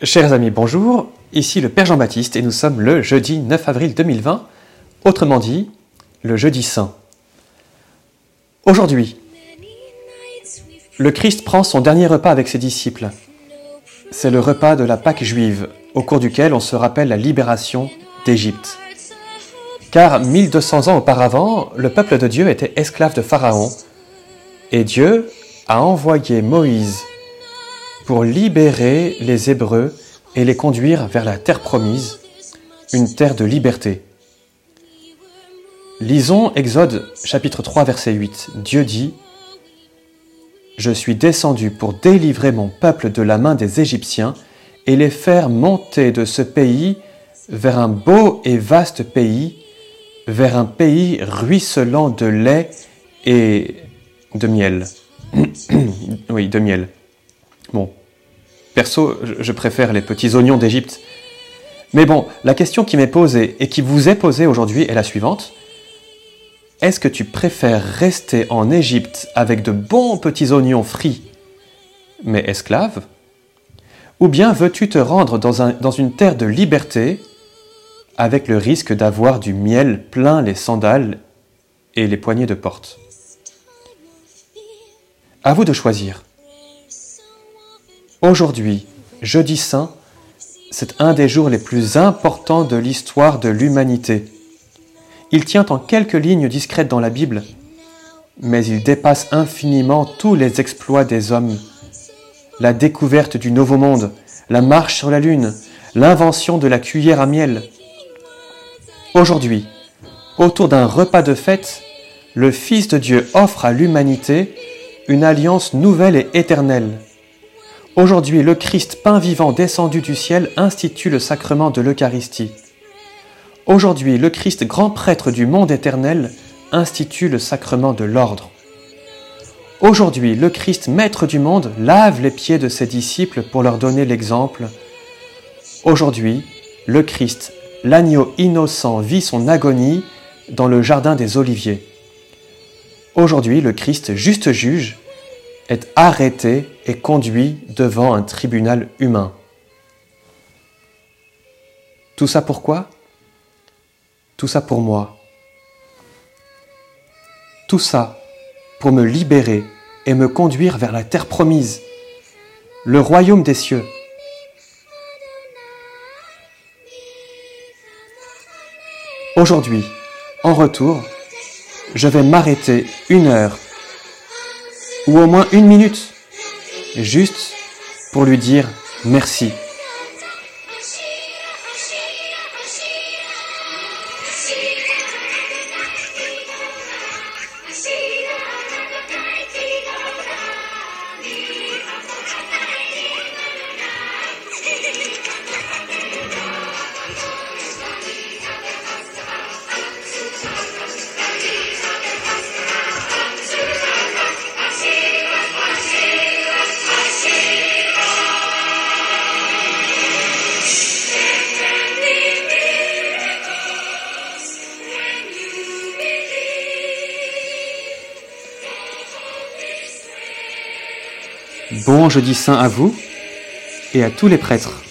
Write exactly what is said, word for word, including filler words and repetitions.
Chers amis, bonjour, ici le Père Jean-Baptiste et nous sommes le jeudi neuf avril deux mille vingt, autrement dit, le jeudi saint. Aujourd'hui, le Christ prend son dernier repas avec ses disciples. C'est le repas de la Pâque juive, au cours duquel on se rappelle la libération d'Égypte. Car mille deux cents ans auparavant, le peuple de Dieu était esclave de Pharaon, et Dieu a envoyé Moïse pour libérer les Hébreux et les conduire vers la terre promise, une terre de liberté. Lisons Exode chapitre trois verset huit. Dieu dit « Je suis descendu pour délivrer mon peuple de la main des Égyptiens et les faire monter de ce pays vers un beau et vaste pays, vers un pays ruisselant de lait et de miel. » Oui, de miel. Bon, perso, je préfère les petits oignons d'Égypte. Mais bon, la question qui m'est posée et qui vous est posée aujourd'hui est la suivante. Est-ce que tu préfères rester en Égypte avec de bons petits oignons frits, mais esclave? Ou bien veux-tu te rendre dans, un, dans une terre de liberté avec le risque d'avoir du miel plein les sandales et les poignées de porte? À vous de choisir. Aujourd'hui, jeudi saint, c'est un des jours les plus importants de l'histoire de l'humanité. Il tient en quelques lignes discrètes dans la Bible, mais il dépasse infiniment tous les exploits des hommes. La découverte du Nouveau Monde, la marche sur la Lune, l'invention de la cuillère à miel. Aujourd'hui, autour d'un repas de fête, le Fils de Dieu offre à l'humanité une alliance nouvelle et éternelle. Aujourd'hui, le Christ, pain vivant descendu du ciel, institue le sacrement de l'Eucharistie. Aujourd'hui, le Christ, grand prêtre du monde éternel, institue le sacrement de l'ordre. Aujourd'hui, le Christ, maître du monde, lave les pieds de ses disciples pour leur donner l'exemple. Aujourd'hui, le Christ, l'agneau innocent, vit son agonie dans le jardin des Oliviers. Aujourd'hui, le Christ, juste juge, est arrêté et conduit devant un tribunal humain. Tout ça pourquoi? Tout ça pour moi. Tout ça pour me libérer et me conduire vers la terre promise, le royaume des cieux. Aujourd'hui, en retour, je vais m'arrêter une heure ou au moins une minute, juste pour lui dire merci. Bon jeudi saint à vous et à tous les prêtres.